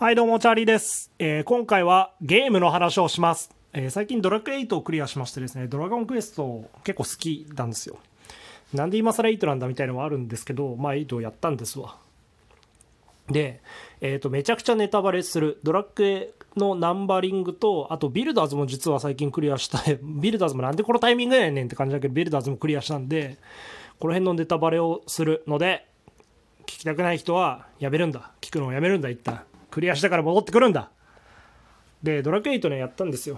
はいどうもチャーリーです、今回はゲームの話をします、最近ドラクエ8をクリアしましてですね、ドラゴンクエスト結構好きなんですよ。なんで今更8なんだみたいなのはあるんですけど、まあ8をやったんですわ。で、めちゃくちゃネタバレするドラクエのナンバリングと、あとビルダーズも実は最近クリアしたビルダーズもなんでこのタイミングやねんって感じだけど、ビルダーズもクリアしたんで、この辺のネタバレをするので、聞きたくない人はやめるんだ、聞くのをやめるんだ、一旦クリアしてから戻ってくるんだ。でドラクエ8ねやったんですよ。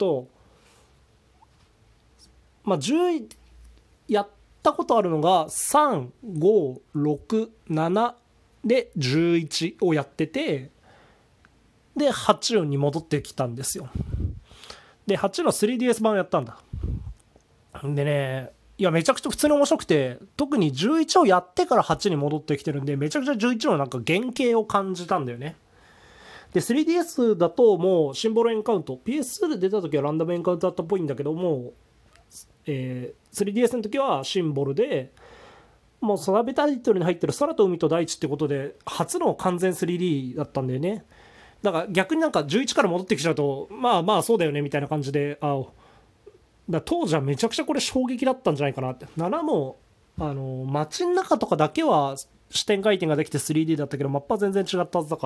まあ10やったことあるのが3567で11をやってて、で8に戻ってきたんですよ。で8の 3DS 版をやったんだ。でね、いやめちゃくちゃ普通に面白くて、特に11をやってから8に戻ってきてるんで、めちゃくちゃ11のなんか原型を感じたんだよね。で 3DS だともうシンボルエンカウント、 PS2 で出た時はランダムエンカウントだったっぽいんだけども、3DS の時はシンボルで、もうサビタイトルに入ってる空と海と大地ってことで初の完全 3D だったんだよね。だから逆になんか11から戻ってきちゃうとまあまあそうだよねみたいな感じで、当時はめちゃくちゃこれ衝撃だったんじゃないかなって。7も街の中とかだけは視点回転ができて 3D だったけど、マップは全然違ったはずだから、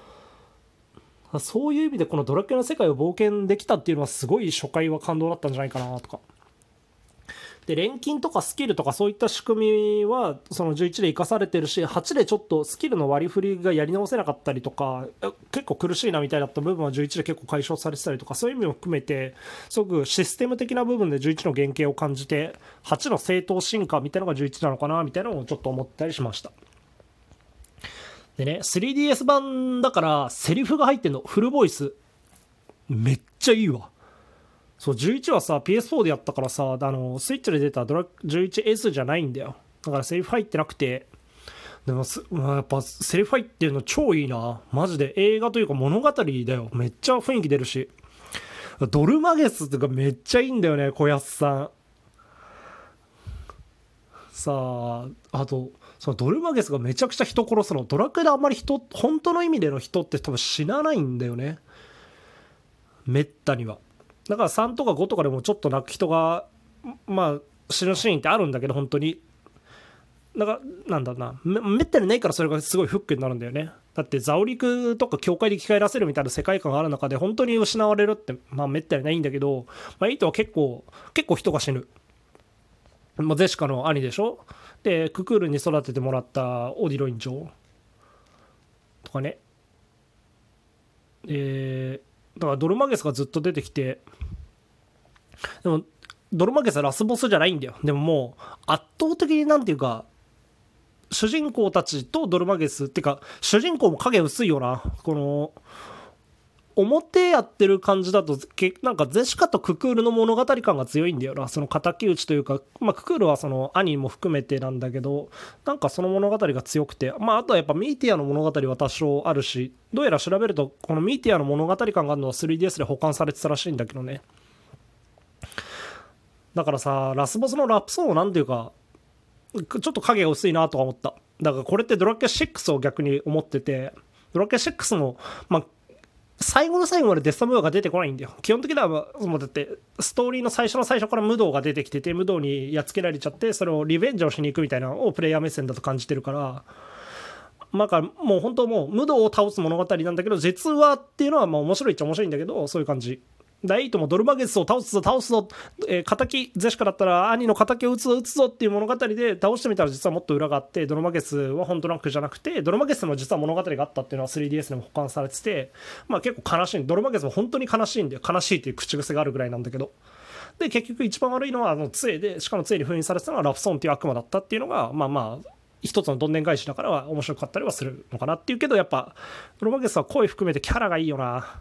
そういう意味でこのドラクエの世界を冒険できたっていうのはすごい初回は感動だったんじゃないかなとか。で錬金とかスキルとかそういった仕組みはその11で生かされてるし、8でちょっとスキルの割り振りがやり直せなかったりとか結構苦しいなみたいだった部分は11で結構解消されてたりとか、そういう意味も含めてすごくシステム的な部分で11の原型を感じて、8の正当進化みたいなのが11なのかなみたいなのをちょっと思ったりしました。でね 3DS 版だからセリフが入ってんの、フルボイスめっちゃいいわ。そう11はさ PS4 でやったからさ、スイッチで出たドラ 11S じゃないんだよ。だからセリフ入ってなくて、でもやっぱセリフ入ってるの超いいなマジで。映画というか物語だよ。めっちゃ雰囲気出るし、ドルマゲスとかめっちゃいいんだよね、小安さん。さあとそのドルマゲスがめちゃくちゃ人殺すの、ドラクエであんまり本当の意味での人って多分死なないんだよね、めったには。だから3とか5とかでもちょっと泣く人がまあ死ぬシーンってあるんだけど、本当にだからなんだろうな、めったにないからそれがすごいフックになるんだよね。だってザオリクとか教会で生き返らせるみたいな世界観がある中で本当に失われるってまあめったにないんだけど、まあ、イートは結構人が死ぬ。まあ、ゼシカの兄でしょ。でククールに育ててもらったオディロイン長とかね。だからドルマゲスがずっと出てきて、でもドルマゲスはラスボスじゃないんだよ。でももう圧倒的になんていうか、主人公たちとドルマゲスっていうか、主人公も影薄いよな。この表やってる感じだとなんかゼシカとククールの物語感が強いんだよな。その敵討ちというか、まあ、ククールはその兄も含めてなんだけど、なんかその物語が強くて、まあ、あとはやっぱミーティアの物語は多少あるし、どうやら調べるとこのミーティアの物語感があるのは 3DS で保管されてたらしいんだけどね。だからさラスボスのラプソーなんていうかちょっと影が薄いなとか思った。だからこれってドラクエ6を逆に思ってて、ドラクエ6もまあ最後の最後までデスタムーアが出てこないんだよ。基本的にはもうだってストーリーの最初の最初から無道が出てきてて、無道にやっつけられちゃってそれをリベンジをしに行くみたいなのをプレイヤー目線だと感じてるから、なんかもう本当もう無道を倒す物語なんだけど、実話っていうのはまあ面白いっちゃ面白いんだけど、そういう感じ。ダイートもドルマゲスを倒すぞ、敵ゼシカだったら兄の敵を撃つぞっていう物語で倒してみたら実はもっと裏があって、ドルマゲスは本当の悪じゃなくて、ドルマゲスも実は物語があったっていうのは 3DS でも保管されてて、まあ結構悲しい。ドルマゲスも本当に悲しいんだよ。悲しいっていう口癖があるぐらいなんだけど、で結局一番悪いのは杖で、しかも杖に封印されてたのはラフソンっていう悪魔だったっていうのがまあ一つのどんでん返しだからは面白かったりはするのかなっていうけど、やっぱドルマゲスは声含めてキャラがいいよな。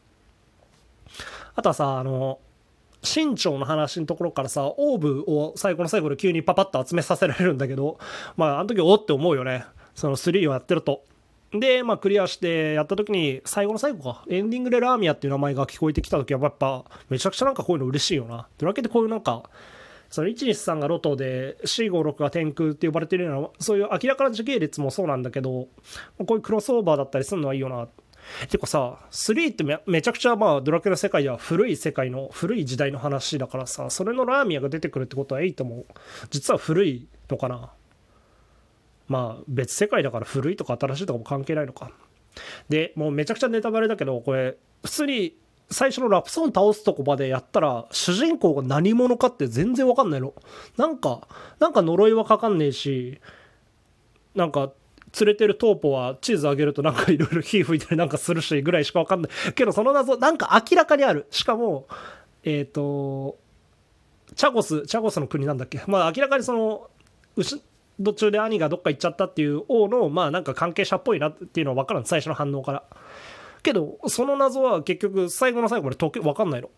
あとはさ身長の話のところからさ、オーブを最後の最後で急にパパッと集めさせられるんだけど、まああの時おって思うよね、その3をやってると。でまあクリアしてやった時に最後の最後か、エンディングでラーミアっていう名前が聞こえてきた時はやっぱめちゃくちゃなんかこういうの嬉しいよな。ドラケってこういうなんかその123がロトで C56 が天空って呼ばれてるような、そういう明らかな時系列もそうなんだけど、こういうクロスオーバーだったりするのはいいよな。 てかさ、3ってめちゃくちゃまあドラクエの世界では古い世界の古い時代の話だからさ、それのラーミアが出てくるってことは8も実は古いのかな。まあ別世界だから古いとか新しいとかも関係ないのか。でもうめちゃくちゃネタバレだけど、これ普通に最初のラプソン倒すとこまでやったら主人公が何者かって全然わかんないの。なんか呪いはかかんねえし、なんか連れてるトーポはチーズあげるとなんかいろいろ火吹いたりなんかするしぐらいしかわかんないけど、その謎なんか明らかにある。しかもチャゴスの国なんだっけ、まあ明らかにその途中で兄がどっか行っちゃったっていう王のまあなんか関係者っぽいなっていうのは分からん、最初の反応から。けどその謎は結局最後の最後まで分かんないの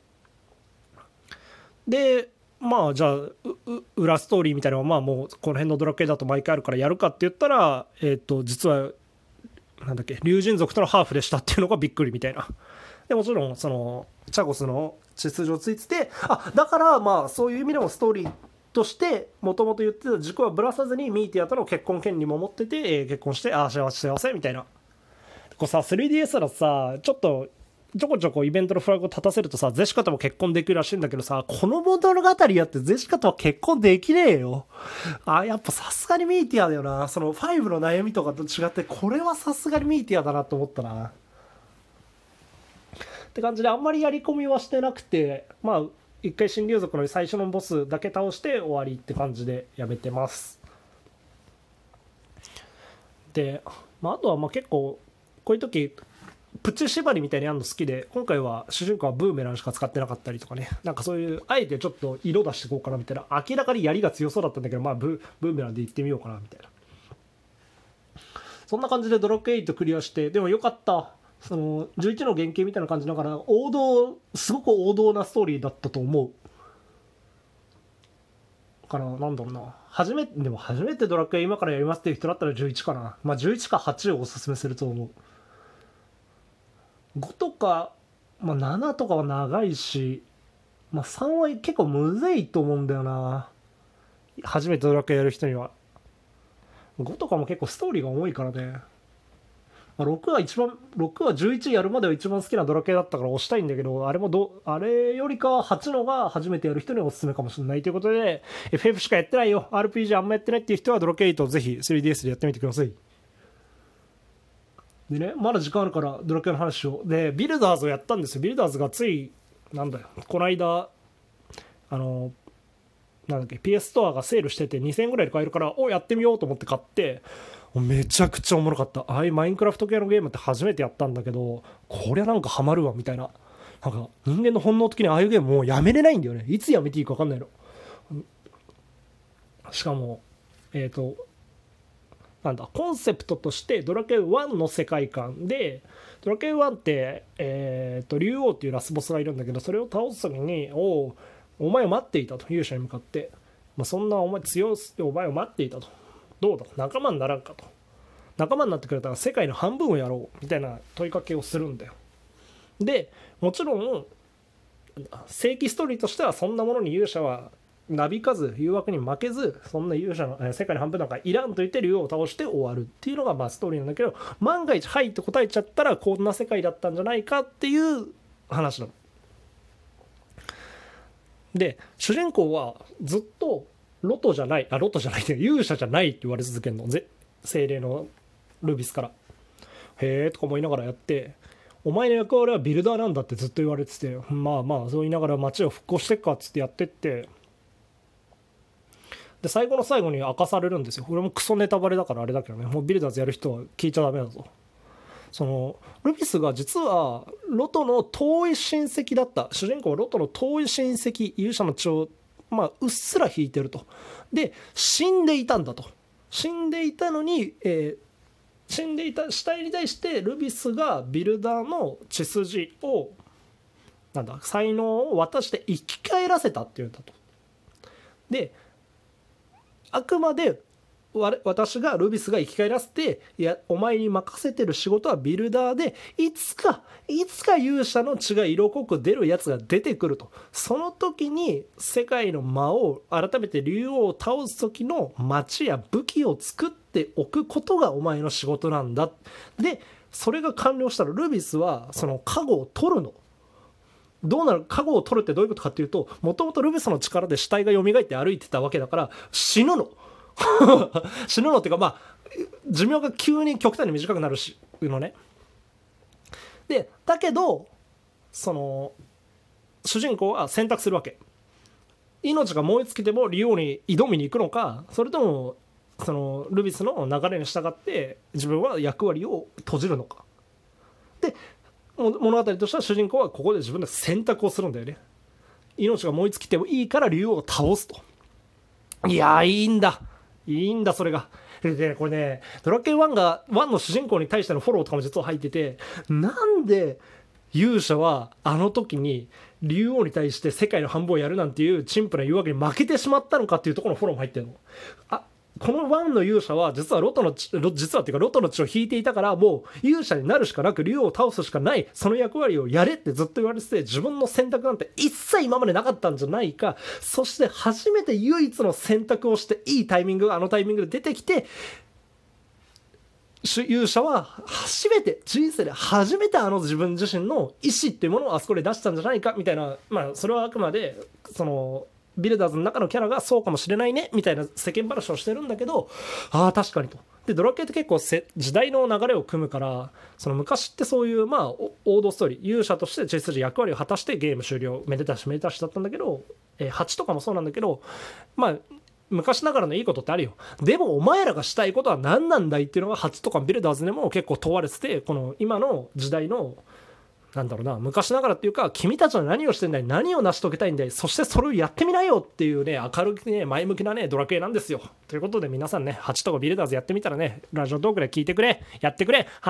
で、まあじゃあ裏ストーリーみたいなのはまあもうこの辺のドラクエだと毎回あるからやるかって言ったら、実はなんだっけ、竜神族とのハーフでしたっていうのがびっくりみたいな。でもちろんそのチャゴスの秩序をついてて、だからまあそういう意味でもストーリーとしてもともと言ってた軸はぶらさずにミーティアとの結婚権利も持ってて、結婚して幸せ幸せみたいな。こうさ 3DS のさちょこちょこイベントのフラグを立たせるとさ、ゼシカとも結婚できるらしいんだけどさ、この物語やってゼシカとは結婚できねえよ。やっぱさすがにミーティアだよな。その5の悩みとかと違ってこれはさすがにミーティアだなと思ったなって感じで、あんまりやり込みはしてなくて、まあ一回新竜族の最初のボスだけ倒して終わりって感じでやめてます。で、あとはまあ結構こういう時プチ縛りみたいにやるの好きで、今回は主人公はブーメランしか使ってなかったりとかね、なんかそういうあえてちょっと色出していこうかなみたいな、明らかに槍が強そうだったんだけど、まあブーメランでいってみようかなみたいな、そんな感じでドラクエ8クリアして。でもよかった、その11の原型みたいな感じだからすごく王道なストーリーだったと思うから、なんだろうな、初めてドラクエ今からやりますっていう人だったら11かな。まあ11か8をおすすめすると思う。5とか、まあ、7とかは長いし、まあ、3は結構むずいと思うんだよな、初めてドラクエやる人には。5とかも結構ストーリーが重いからね、まあ、6は11やるまでは一番好きなドラクエだったから押したいんだけど、あれよりかは8のが初めてやる人にはおすすめかもしれないということで、 FF しかやってないよ、 RPG あんまやってないっていう人はドラクエ8をぜひ 3DS でやってみてください。でね、まだ時間あるからドラクエの話を。でビルダーズをやったんですよ。ビルダーズがついなんだよ、この間なんだっけ、 PS ストアがセールしてて2000円ぐらいで買えるから、やってみようと思って買って、めちゃくちゃおもろかった。ああいうマインクラフト系のゲームって初めてやったんだけど、こりゃなんかハマるわみたいな。なんか人間の本能的にああいうゲームもうやめれないんだよね。いつやめていいか分かんないの。しかもなんだ、コンセプトとしてドラクエ1の世界観で、ドラクエ1って、竜王っていうラスボスがいるんだけど、それを倒す時にお前を待っていたと、勇者に向かって、そんなお前強いお前を待っていたと、どうだ仲間にならんかと、仲間になってくれたら世界の半分をやろうみたいな問いかけをするんだよ。でもちろん正規ストーリーとしてはそんなものに勇者はなびかず誘惑に負けず、そんな勇者の世界の半分なんかいらんと言って竜を倒して終わるっていうのがストーリーなんだけど、万が一はいって答えちゃったらこんな世界だったんじゃないかっていう話なの。で主人公はずっとロトじゃないって勇者じゃないって言われ続けるの、精霊のルビスから。へえとか思いながらやって、お前の役割はビルダーなんだってずっと言われてて、まあそう言いながら街を復興してっかっつってやってって、で最後の最後に明かされるんですよ。これもクソネタバレだからあれだけどね、もうビルダーズやる人は聞いちゃダメだぞ。そのルビスが実はロトの遠い親戚だった。主人公はロトの遠い親戚、勇者の血をうっすら引いてると。で死んでいたんだと。死んでいたのに、死んでいた死体に対してルビスがビルダーの血筋を才能を渡して生き返らせたっていうんだと。であくまで私がルビスが生き返らせて、いやお前に任せてる仕事はビルダーで、いつか勇者の血が色濃く出るやつが出てくると。その時に世界の魔王、改めて竜王を倒す時の町や武器を作っておくことがお前の仕事なんだ。でそれが完了したらルビスはその加護を取るの。どうなる、加護を取るってどういうことかっていうと、もともとルビスの力で死体が蘇って歩いてたわけだから死ぬの死ぬのっていうか、まあ寿命が急に極端に短くなるしのね。でだけどその主人公は選択するわけ。命が燃え尽きても竜王に挑みに行くのか、それともそのルビスの流れに従って自分は役割を閉じるのか。で物語としては主人公はここで自分で選択をするんだよね。命が燃え尽きてもいいから竜王を倒すと。いやいいんだそれが。でこれね、ドラケン1の主人公に対してのフォローとかも実は入ってて、なんで勇者はあの時に竜王に対して世界の半分をやるなんていう陳腐な誘惑に負けてしまったのかっていうところのフォローも入ってるの。この1の勇者は実はロトの血を引いていたから、もう勇者になるしかなく竜王を倒すしかない、その役割をやれってずっと言われてて、自分の選択なんて一切今までなかったんじゃないか。そして初めて唯一の選択をしていいタイミングがあのタイミングで出てきて、勇者は人生で初めてあの自分自身の意思っていうものをあそこで出したんじゃないかみたいな、まあそれはあくまでそのビルダーズの中のキャラがそうかもしれないねみたいな世間話をしてるんだけど、確かにと。でドラクエって結構時代の流れを組むから、その昔ってそういうまあ王道ストーリー、勇者として実質役割を果たしてゲーム終了、めでたしだったんだけど、8とかもそうなんだけど、まあ昔ながらのいいことってあるよ。でもお前らがしたいことは何なんだいっていうのが8とかビルダーズでも結構問われてて、この今の時代のなんだろうな、昔ながらっていうか、君たちは何をしてんだい、何を成し遂げたいんだい、そしてそれをやってみなよっていうね、明るくね前向きなねドラクエなんですよ。ということで皆さんね、8とかビルダーズやってみたらね、ラジオトークで聞いてくれ、やってくれ。